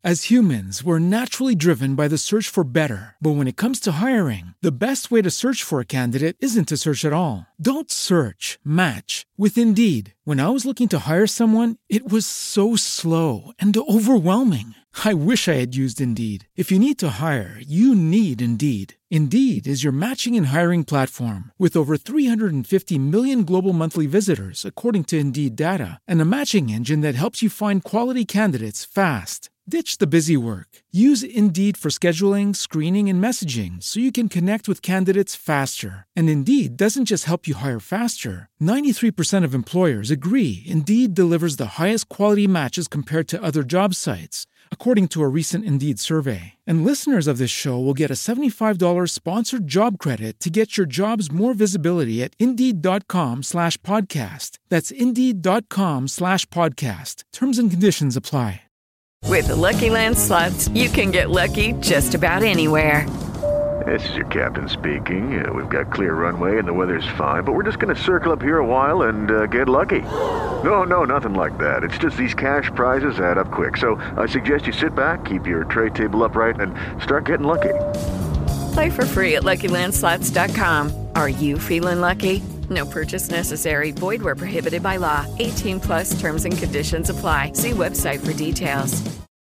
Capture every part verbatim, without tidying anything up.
As humans, we're naturally driven by the search for better. But when it comes to hiring, the best way to search for a candidate isn't to search at all. Don't search, match with Indeed. When I was looking to hire someone, it was so slow and overwhelming. I wish I had used Indeed. If you need to hire, you need Indeed. Indeed is your matching and hiring platform with over three hundred fifty million global monthly visitors, according to Indeed data, and a matching engine that helps you find quality candidates fast. Ditch the busy work. Use Indeed for scheduling, screening, and messaging so you can connect with candidates faster. And Indeed doesn't just help you hire faster. ninety-three percent of employers agree Indeed delivers the highest quality matches compared to other job sites, according to a recent Indeed survey. And listeners of this show will get a seventy-five dollars sponsored job credit to get your jobs more visibility at Indeed.com slash podcast. That's Indeed.com slash podcast. Terms and conditions apply. With the Lucky Land Slots, you can get lucky just about anywhere. This is your captain speaking. Uh, we've got clear runway and the weather's fine, but we're just going to circle up here a while and uh, get lucky. No, no, nothing like that. It's just these cash prizes add up quick. So I suggest you sit back, keep your tray table upright, and start getting lucky. Play for free at Lucky Land Slots dot com. Are you feeling lucky? No purchase necessary. Void where prohibited by law. eighteen plus terms and conditions apply. See website for details.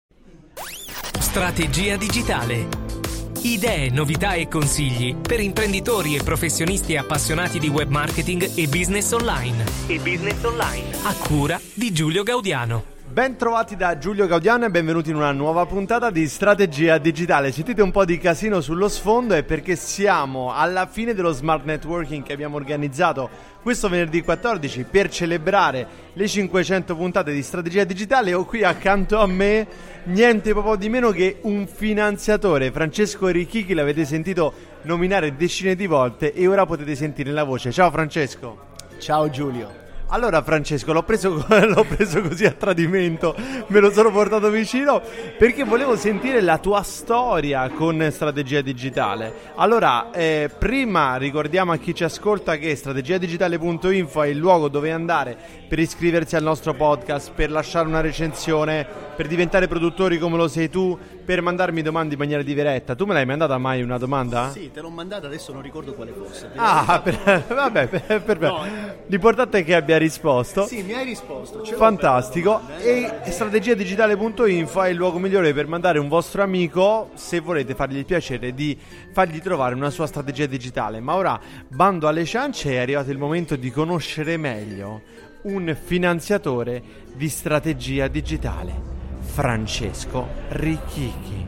Strategia digitale. Idee, novità e consigli per imprenditori e professionisti appassionati di web marketing e business online. E business online. A cura di Giulio Gaudiano. Ben trovati da Giulio Gaudiano e benvenuti in una nuova puntata di Strategia Digitale. Sentite un po' di casino sullo sfondo, è perché siamo alla fine dello Smart Networking che abbiamo organizzato questo venerdì quattordici per celebrare le cinquecento puntate di Strategia Digitale. Ho qui accanto a me niente proprio di meno che un finanziatore, Francesco Ricchichi. L'avete sentito nominare decine di volte e ora potete sentire la voce. Ciao Francesco. Ciao Giulio. Allora Francesco, l'ho preso, l'ho preso così a tradimento, me lo sono portato vicino perché volevo sentire la tua storia con Strategia Digitale. Allora, eh, prima ricordiamo a chi ci ascolta che strategiadigitale punto info è il luogo dove andare per iscriversi al nostro podcast, per lasciare una recensione, per diventare produttori come lo sei tu, per mandarmi domande in maniera diretta. Tu me l'hai mandata mai una domanda? Sì, te l'ho mandata, adesso non ricordo quale fosse. Ah, per, vabbè, per, per no. L'importante è che abbia risposto. Sì, mi hai risposto. Fantastico. E strategiadigitale punto info è il luogo migliore per mandare un vostro amico se volete fargli il piacere di fargli trovare una sua strategia digitale. Ma ora, bando alle ciance, è arrivato il momento di conoscere meglio un finanziatore di strategia digitale, Francesco Ricchichi.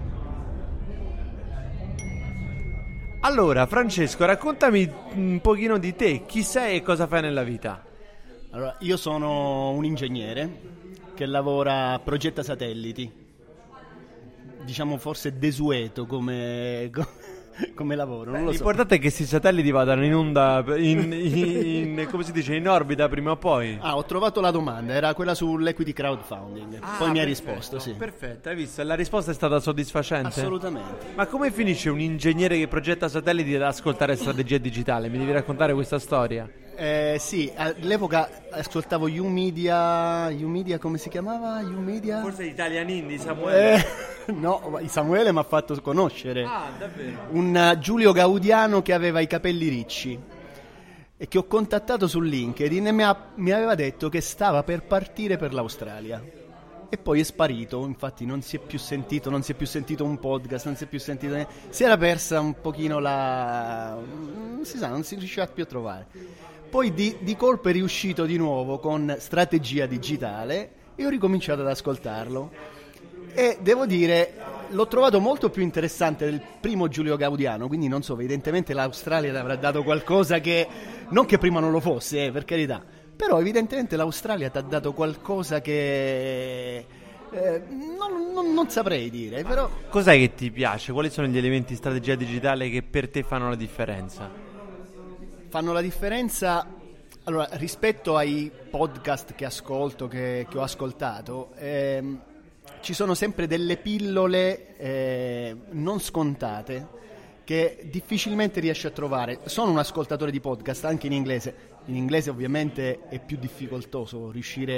Allora, Francesco, raccontami un pochino di te, chi sei e cosa fai nella vita? Allora, io sono un ingegnere che lavora, progetta satelliti, diciamo forse desueto come, come lavoro. Non Beh, lo l'importante so. è che questi satelliti vadano in onda, in, in, in, come si dice, in orbita prima o poi. Ah, ho trovato la domanda, era quella sull'equity crowdfunding, Ah, poi mi hai perfetto, risposto, sì. Perfetto, hai visto? La risposta è stata soddisfacente? Assolutamente. Ma come finisce un ingegnere che progetta satelliti ad ascoltare strategia digitale? Mi devi raccontare questa storia? Eh, sì, all'epoca ascoltavo U-Media, U-Media come si chiamava? U-Media? Forse Italian Indie, Samuele. Eh, no, Samuele mi ha fatto conoscere. Ah, davvero? Un uh, Giulio Gaudiano che aveva i capelli ricci e che ho contattato su LinkedIn e mi, ha, mi aveva detto che stava per partire per l'Australia. E poi è sparito, infatti non si è più sentito, non si è più sentito un podcast, non si è più sentito niente. Si era persa un pochino la... non si sa, non si riusciva più a trovare. Poi di, di colpo è riuscito di nuovo con Strategia Digitale e ho ricominciato ad ascoltarlo. E devo dire, l'ho trovato molto più interessante del primo Giulio Gaudiano, quindi non so, evidentemente l'Australia ti avrà dato qualcosa che... non che prima non lo fosse, eh, per carità. Però evidentemente l'Australia ti ha dato qualcosa che... Eh, non, non, non saprei dire, però... Cos'è che ti piace? Quali sono gli elementi di strategia digitale che per te fanno la differenza? Fanno la differenza, allora, rispetto ai podcast che ascolto, che, che ho ascoltato, ehm, ci sono sempre delle pillole eh, non scontate che difficilmente riesci a trovare. Sono un ascoltatore di podcast anche in inglese. In inglese ovviamente è più difficoltoso riuscire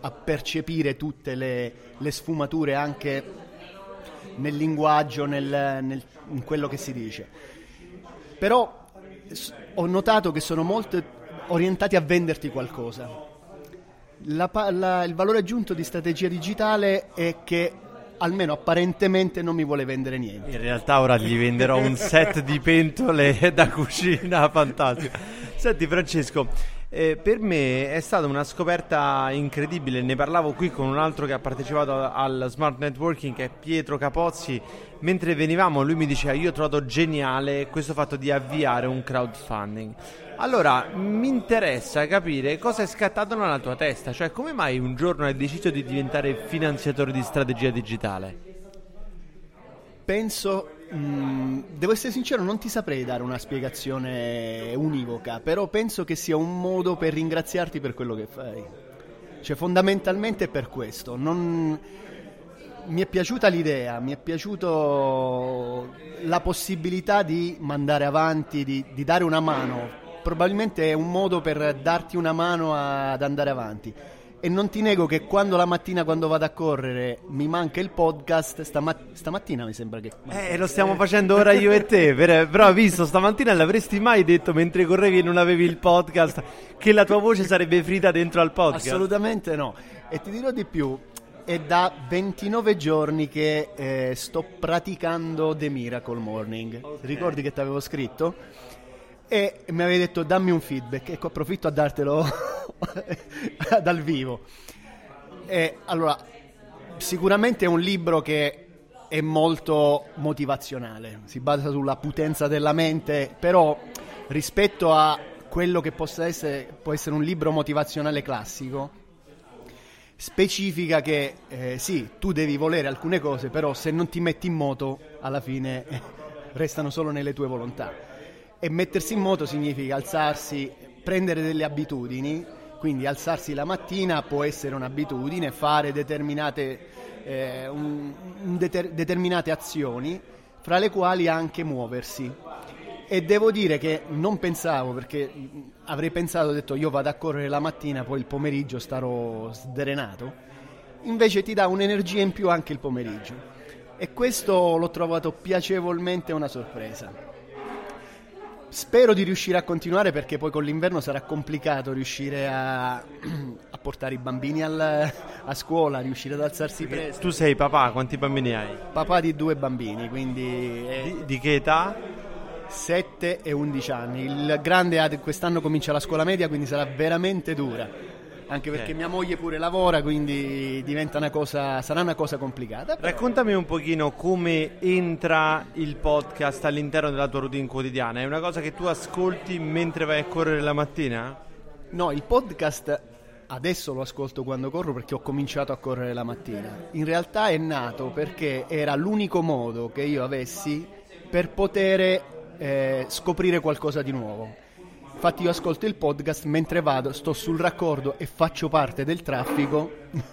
a percepire tutte le, le sfumature anche nel linguaggio, nel, nel, in quello che si dice. Però ho notato che sono molto orientati a venderti qualcosa. La, la, il valore aggiunto di strategia digitale è che almeno apparentemente non mi vuole vendere niente. In realtà ora gli venderò un set di pentole da cucina fantastico. Senti Francesco, eh, per me è stata una scoperta incredibile. Ne parlavo qui con un altro che ha partecipato al Smart Networking, che è Pietro Capozzi. Mentre venivamo lui mi diceva: io ho trovato geniale questo fatto di avviare un crowdfunding. Allora mi interessa capire cosa è scattato nella tua testa, cioè come mai un giorno hai deciso di diventare finanziatore di strategia digitale? Penso, mh, devo essere sincero, non ti saprei dare una spiegazione univoca, però penso che sia un modo per ringraziarti per quello che fai. Cioè fondamentalmente è per questo. Non... Mi è piaciuta l'idea, mi è piaciuto la possibilità di mandare avanti, di, di dare una mano. Probabilmente è un modo per darti una mano a, ad andare avanti. E non ti nego che quando la mattina, quando vado a correre, mi manca il podcast. Stamat- stamattina mi sembra che... Eh, lo stiamo facendo ora io e te, per, però visto, stamattina l'avresti mai detto mentre correvi e non avevi il podcast che la tua voce sarebbe frita dentro al podcast? Assolutamente no. E ti dirò di più. È da ventinove giorni che eh, sto praticando The Miracle Morning. Okay. Ricordi che ti avevo scritto? E mi avevi detto dammi un feedback. Ecco, approfitto a dartelo dal vivo. E, allora, sicuramente è un libro che è molto motivazionale. Si basa sulla potenza della mente, però rispetto a quello che possa essere, può essere un libro motivazionale classico, specifica che eh, sì, tu devi volere alcune cose, però se non ti metti in moto alla fine eh, restano solo nelle tue volontà. E mettersi in moto significa alzarsi, prendere delle abitudini, quindi alzarsi la mattina può essere un'abitudine, fare determinate, eh, un, un deter, determinate azioni, fra le quali anche muoversi. E devo dire che non pensavo, perché avrei pensato, ho detto io vado a correre la mattina, poi il pomeriggio starò sdrenato. Invece ti dà un'energia in più anche il pomeriggio. E questo l'ho trovato piacevolmente una sorpresa. Spero di riuscire a continuare, perché poi con l'inverno sarà complicato riuscire a, a portare i bambini al, a scuola, riuscire ad alzarsi presto. Tu sei papà, quanti bambini hai? Papà di due bambini, quindi... È... Di, di che età? sette e undici anni. Il grande ha, quest'anno comincia la scuola media, quindi sarà veramente dura, anche perché okay. Mia moglie pure lavora, quindi diventa una cosa, sarà una cosa complicata. Però... Raccontami un pochino come entra il podcast all'interno della tua routine quotidiana. È una cosa che tu ascolti mentre vai a correre la mattina? No, il podcast adesso lo ascolto quando corro, perché ho cominciato a correre la mattina. In realtà è nato perché era l'unico modo che io avessi per poter Eh, scoprire qualcosa di nuovo. Infatti io ascolto il podcast mentre vado, sto sul raccordo e faccio parte del traffico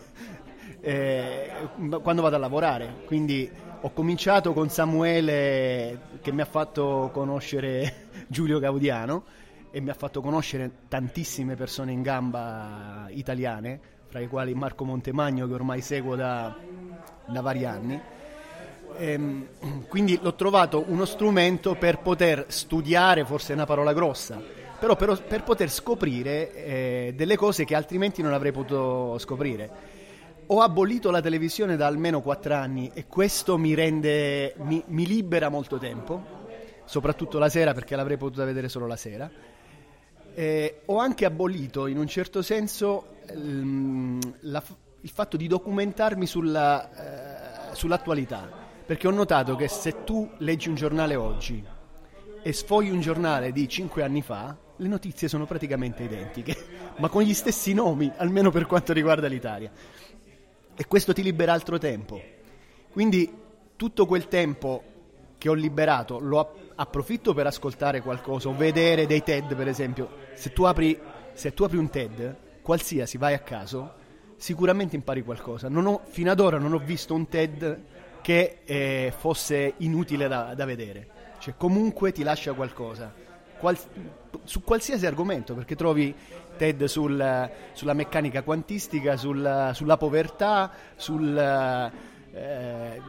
eh, quando vado a lavorare. Quindi ho cominciato con Samuele, che mi ha fatto conoscere Giulio Gaudiano e mi ha fatto conoscere tantissime persone in gamba italiane, fra i quali Marco Montemagno, che ormai seguo da, da vari anni. Ehm, quindi l'ho trovato uno strumento per poter studiare, forse è una parola grossa, però per, per poter scoprire eh, delle cose che altrimenti non avrei potuto scoprire. Ho abolito la televisione da almeno quattro anni e questo mi rende, mi, mi libera molto tempo, soprattutto la sera, perché l'avrei potuta vedere solo la sera. Eh, ho anche abolito in un certo senso l, la, il fatto di documentarmi sulla, eh, sull'attualità. Perché ho notato che se tu leggi un giornale oggi e sfogli un giornale di cinque anni fa, le notizie sono praticamente identiche, ma con gli stessi nomi, almeno per quanto riguarda l'Italia. E questo ti libera altro tempo. Quindi tutto quel tempo che ho liberato lo approfitto per ascoltare qualcosa o vedere dei TED, per esempio. Se tu apri, se tu apri un TED, qualsiasi, vai a caso, sicuramente impari qualcosa. Non ho, fino ad ora non ho visto un TED che eh, fosse inutile da, da vedere, cioè comunque ti lascia qualcosa Qual, su qualsiasi argomento, perché trovi TED sul, sulla meccanica quantistica, sul, sulla povertà, sul... Eh,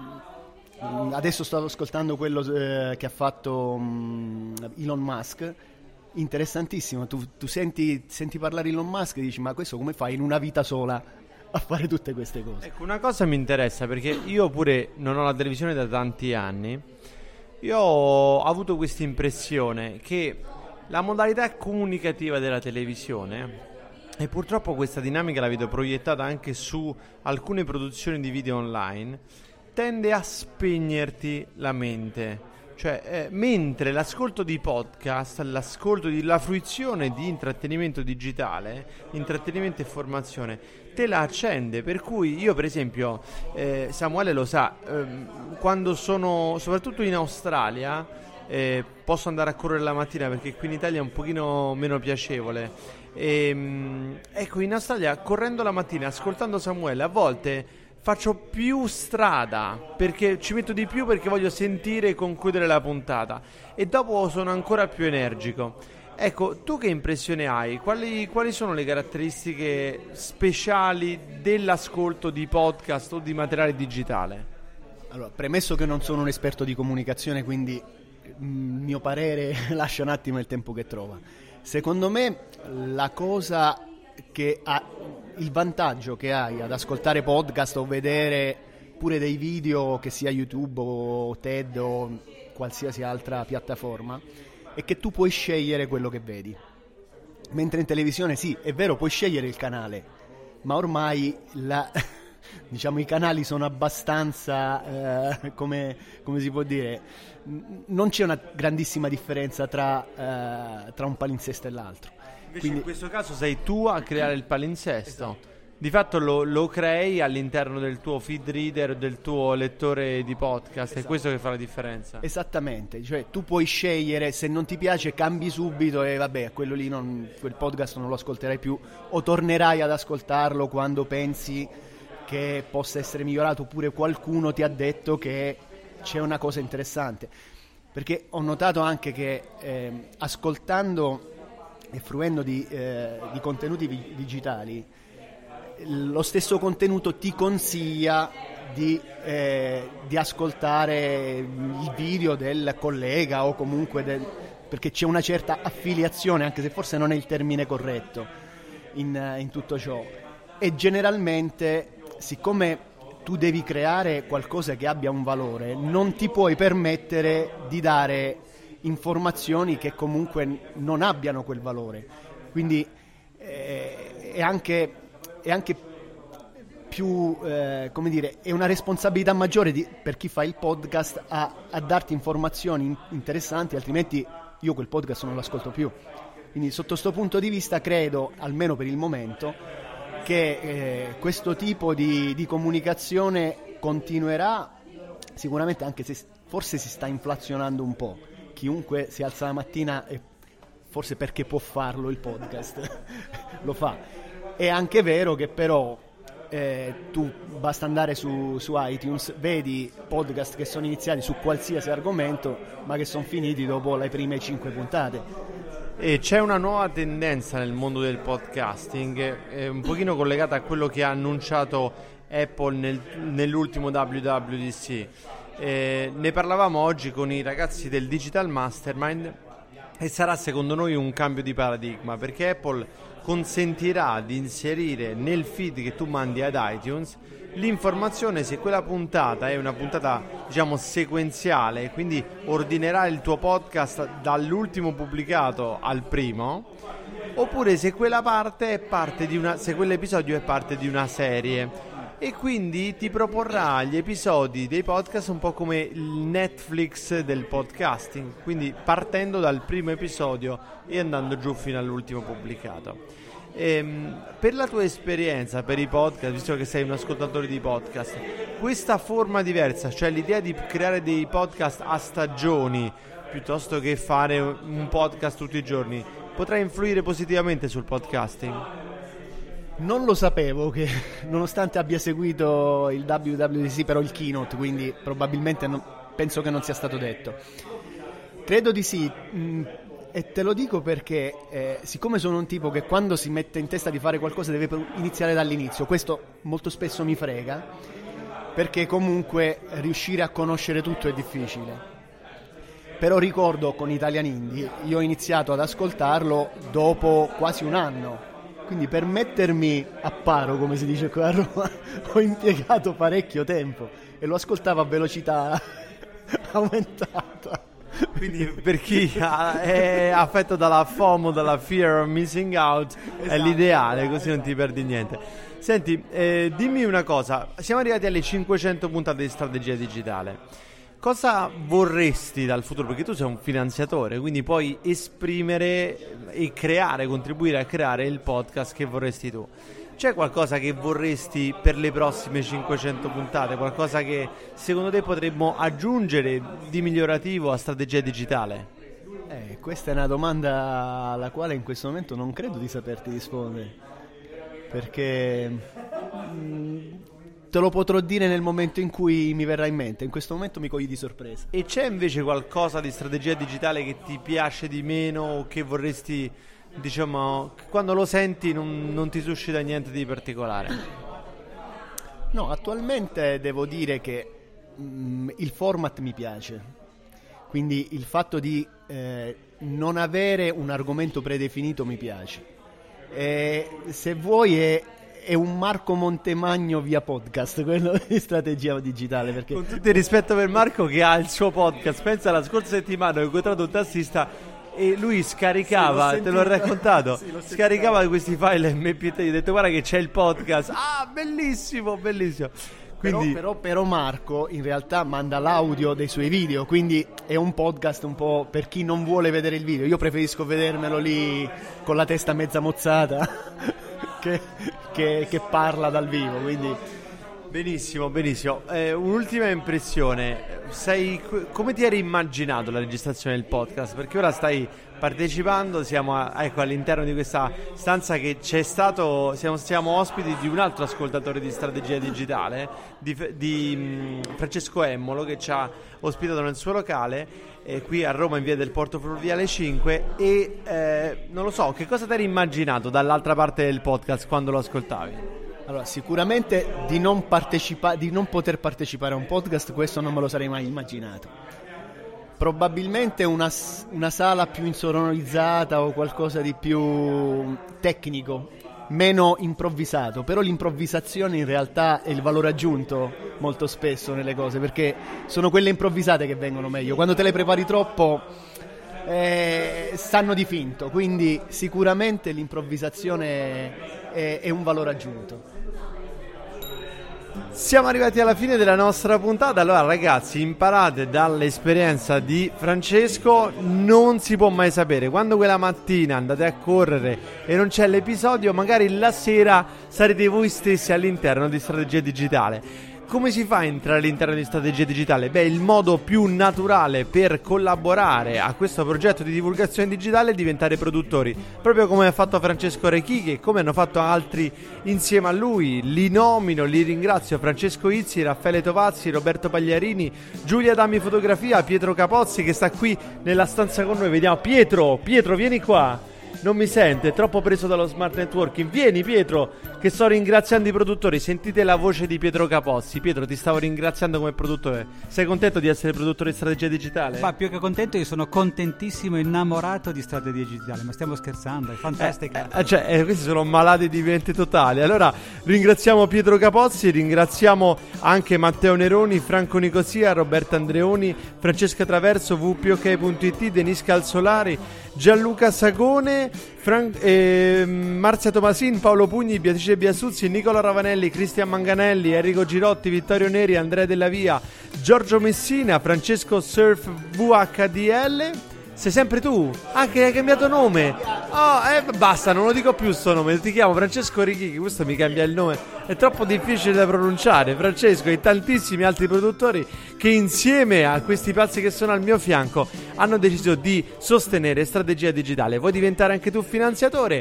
adesso sto ascoltando quello eh, che ha fatto um, Elon Musk, interessantissimo. Tu, tu senti, senti parlare Elon Musk e dici: ma questo come fai in una vita sola a fare tutte queste cose? Ecco, una cosa mi interessa, perché io pure non ho la televisione da tanti anni. Io ho avuto questa impressione che la modalità comunicativa della televisione, e purtroppo questa dinamica la vedo proiettata anche su alcune produzioni di video online, tende a spegnerti la mente. Cioè, eh, mentre l'ascolto di podcast, l'ascolto di la fruizione di intrattenimento digitale, intrattenimento e formazione, te la accende. Per cui io, per esempio, eh, Samuele lo sa, ehm, quando sono soprattutto in Australia, eh, posso andare a correre la mattina, perché qui in Italia è un pochino meno piacevole. E, mh, ecco, in Australia, correndo la mattina, ascoltando Samuele, a volte faccio più strada, perché ci metto di più, perché voglio sentire e concludere la puntata, e dopo sono ancora più energico. Ecco, tu che impressione hai? Quali, quali sono le caratteristiche speciali dell'ascolto di podcast o di materiale digitale? Allora, premesso che non sono un esperto di comunicazione, quindi il mio parere lascia un attimo il tempo che trova. Secondo me la cosa che ha, il vantaggio che hai ad ascoltare podcast o vedere pure dei video, che sia YouTube o TED o qualsiasi altra piattaforma, è che tu puoi scegliere quello che vedi. Mentre in televisione, sì, è vero, puoi scegliere il canale, ma ormai la, diciamo, i canali sono abbastanza, eh, come, come si può dire, non c'è una grandissima differenza tra, eh, tra un palinsesto e l'altro. Invece Quindi, in questo caso sei tu a creare il palinsesto. Esatto. Di fatto lo, lo crei all'interno del tuo feed reader, del tuo lettore di podcast. Esatto. È questo che fa la differenza. Esattamente, cioè tu puoi scegliere, se non ti piace cambi subito e vabbè, quello lì non, quel podcast non lo ascolterai più, o tornerai ad ascoltarlo quando pensi che possa essere migliorato, oppure qualcuno ti ha detto che c'è una cosa interessante. Perché ho notato anche che eh, ascoltando e fruendo di, eh, di contenuti vi- digitali, lo stesso contenuto ti consiglia di, eh, di ascoltare il video del collega o comunque del, perché c'è una certa affiliazione, anche se forse non è il termine corretto in, in tutto ciò. E generalmente, siccome tu devi creare qualcosa che abbia un valore, non ti puoi permettere di dare informazioni che comunque non abbiano quel valore. Quindi eh, è anche è anche più eh, come dire, è una responsabilità maggiore di, per chi fa il podcast a, a darti informazioni interessanti, altrimenti io quel podcast non lo ascolto più. Quindi sotto questo punto di vista credo, almeno per il momento, che eh, questo tipo di, di comunicazione continuerà sicuramente, anche se forse si sta inflazionando un po'. Chiunque si alza la mattina, e forse perché può farlo il podcast lo fa. È anche vero che però eh, tu basta andare su, su iTunes, vedi podcast che sono iniziati su qualsiasi argomento ma che sono finiti dopo le prime cinque puntate. E c'è una nuova tendenza nel mondo del podcasting, eh, un pochino collegata a quello che ha annunciato Apple nel, nell'ultimo W W D C. Eh, ne parlavamo oggi con i ragazzi del Digital Mastermind e sarà secondo noi un cambio di paradigma, perché Apple consentirà di inserire nel feed che tu mandi ad iTunes l'informazione se quella puntata è una puntata, diciamo, sequenziale, quindi ordinerà il tuo podcast dall'ultimo pubblicato al primo, oppure se quella parte è parte di una, se quell'episodio è parte di una serie, e quindi ti proporrà gli episodi dei podcast un po' come il Netflix del podcasting, quindi partendo dal primo episodio e andando giù fino all'ultimo pubblicato. Ehm, per la tua esperienza per i podcast, visto che sei un ascoltatore di podcast, questa forma diversa, cioè l'idea di creare dei podcast a stagioni piuttosto che fare un podcast tutti i giorni, potrà influire positivamente sul podcasting? Non lo sapevo, che nonostante abbia seguito il W W D C, però il keynote, quindi probabilmente non, penso che non sia stato detto. Credo di sì. E te lo dico perché eh, siccome sono un tipo che quando si mette in testa di fare qualcosa deve iniziare dall'inizio, questo molto spesso mi frega, perché comunque riuscire a conoscere tutto è difficile. Però ricordo con Italian Indie, io ho iniziato ad ascoltarlo dopo quasi un anno, quindi per mettermi a paro, come si dice qua a Roma, ho impiegato parecchio tempo e lo ascoltavo a velocità aumentata. Quindi per chi è affetto dalla FOMO, dalla fear of missing out, esatto, è l'ideale, così non ti perdi niente. Senti, eh, dimmi una cosa, siamo arrivati alle cinquecento puntate di strategia digitale. Cosa vorresti dal futuro? Perché tu sei un finanziatore, quindi puoi esprimere e creare, contribuire a creare il podcast che vorresti tu. C'è qualcosa che vorresti per le prossime cinquecento puntate? Qualcosa che secondo te potremmo aggiungere di migliorativo a strategia digitale? Eh, questa è una domanda alla quale in questo momento non credo di saperti rispondere, perché mh, te lo potrò dire nel momento in cui mi verrà in mente. In questo momento mi cogli di sorpresa. E c'è invece qualcosa di strategia digitale che ti piace di meno o che vorresti, diciamo, quando lo senti non, non ti suscita niente di particolare? No, attualmente devo dire che mh, il format mi piace, quindi il fatto di eh, non avere un argomento predefinito mi piace. E se vuoi è, è un Marco Montemagno via podcast, quello di strategia digitale, perché... Con tutto il rispetto per Marco che ha il suo podcast, pensa la scorsa settimana ho incontrato un tassista e lui scaricava, sì, te l'ho raccontato, sì, l'ho scaricava questi file M P tre, gli ho detto guarda che c'è il podcast, ah bellissimo, bellissimo. Quindi... Però, però, però Marco in realtà manda l'audio dei suoi video, quindi è un podcast un po' per chi non vuole vedere il video. Io preferisco vedermelo lì con la testa mezza mozzata che, che, che parla dal vivo, quindi... Benissimo, benissimo. Eh, un'ultima impressione. Sei, come ti eri immaginato la registrazione del podcast? Perché ora stai partecipando, siamo a, ecco, all'interno di questa stanza che c'è stato, siamo, siamo ospiti di un altro ascoltatore di strategia digitale, di, di mh, Francesco Emmolo, che ci ha ospitato nel suo locale eh, qui a Roma in via del Porto Fluviale cinque e eh, non lo so, che cosa ti eri immaginato dall'altra parte del podcast quando lo ascoltavi? Allora, sicuramente di non partecipa- di non poter partecipare a un podcast, questo non me lo sarei mai immaginato. Probabilmente una, una sala più insonorizzata o qualcosa di più tecnico, meno improvvisato, però l'improvvisazione in realtà è il valore aggiunto molto spesso nelle cose, perché sono quelle improvvisate che vengono meglio. Quando te le prepari troppo eh, stanno di finto, quindi sicuramente l'improvvisazione è, è un valore aggiunto. Siamo arrivati alla fine della nostra puntata. Allora ragazzi, imparate dall'esperienza di Francesco. Non si può mai sapere, quando quella mattina andate a correre e non c'è l'episodio, magari la sera sarete voi stessi all'interno di Strategia Digitale. Come si fa a entrare all'interno di Strategia Digitale? Beh, il modo più naturale per collaborare a questo progetto di divulgazione digitale è diventare produttori, proprio come ha fatto Francesco Rechighi e come hanno fatto altri insieme a lui. Li nomino, li ringrazio: Francesco Izzi, Raffaele Tovazzi, Roberto Pagliarini, Giulia Dammi Fotografia, Pietro Capozzi che sta qui nella stanza con noi. Vediamo Pietro, Pietro vieni qua. Non mi sente, è troppo preso dallo smart networking. Vieni Pietro, che sto ringraziando i produttori. Sentite la voce di Pietro Capozzi. Pietro, ti stavo ringraziando come produttore. Sei contento di essere produttore di Strategia Digitale? Ma più che contento, io sono contentissimo e innamorato di Strategia Digitale. Ma stiamo scherzando, è fantastica. eh, eh, Cioè, eh, questi sono malati di mente totali. Allora, ringraziamo Pietro Capozzi, ringraziamo anche Matteo Neroni, Franco Nicosia, Roberto Andreoni, Francesca Traverso, w p o k punto i t, Denis Calzolari, Gianluca Sagone, Fran- eh, Marzia Tomasin, Paolo Pugni, Beatrice Biasuzzi, Nicola Ravanelli, Cristian Manganelli, Enrico Girotti, Vittorio Neri, Andrea Della Via, Giorgio Messina, Francesco Surf V H D L. Sei sempre tu? Anche hai cambiato nome? Oh, eh, basta, non lo dico più sto nome. Ti chiamo Francesco Rechighi, questo mi cambia il nome. È troppo difficile da pronunciare. Francesco e tantissimi altri produttori che insieme a questi pazzi che sono al mio fianco hanno deciso di sostenere Strategia Digitale. Vuoi diventare anche tu finanziatore?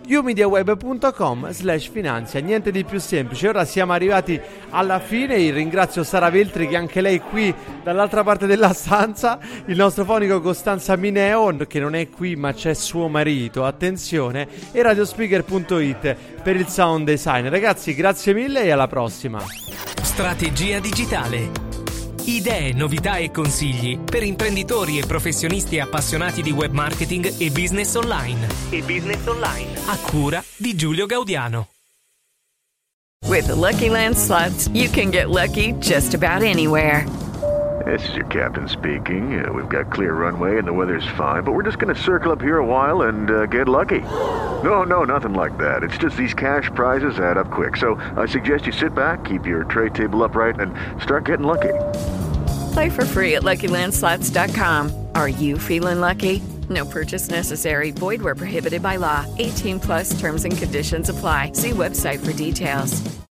umediaweb.com slash finanzia. Niente di più semplice. Ora siamo arrivati alla fine. Io ringrazio Sara Veltri, che anche lei qui dall'altra parte della stanza, il nostro fonico Costanza Mineo, che non è qui ma c'è suo marito, attenzione, e radiospeaker punto it per il sound design. Ragazzi, grazie mille e alla prossima. Strategia digitale. Idee, novità e consigli per imprenditori e professionisti appassionati di web marketing e business online. E business online. A cura di Giulio Gaudiano. With the Lucky Land Slots, you can get lucky just about anywhere. This is your captain speaking. Uh, we've got clear runway and the weather's fine, but we're just going to circle up here a while and uh, get lucky. No, no, nothing like that. It's just these cash prizes add up quick. So I suggest you sit back, keep your tray table upright, and start getting lucky. Play for free at Lucky Land Slots dot com. Are you feeling lucky? No purchase necessary. Void where prohibited by law. eighteen plus terms and conditions apply. See website for details.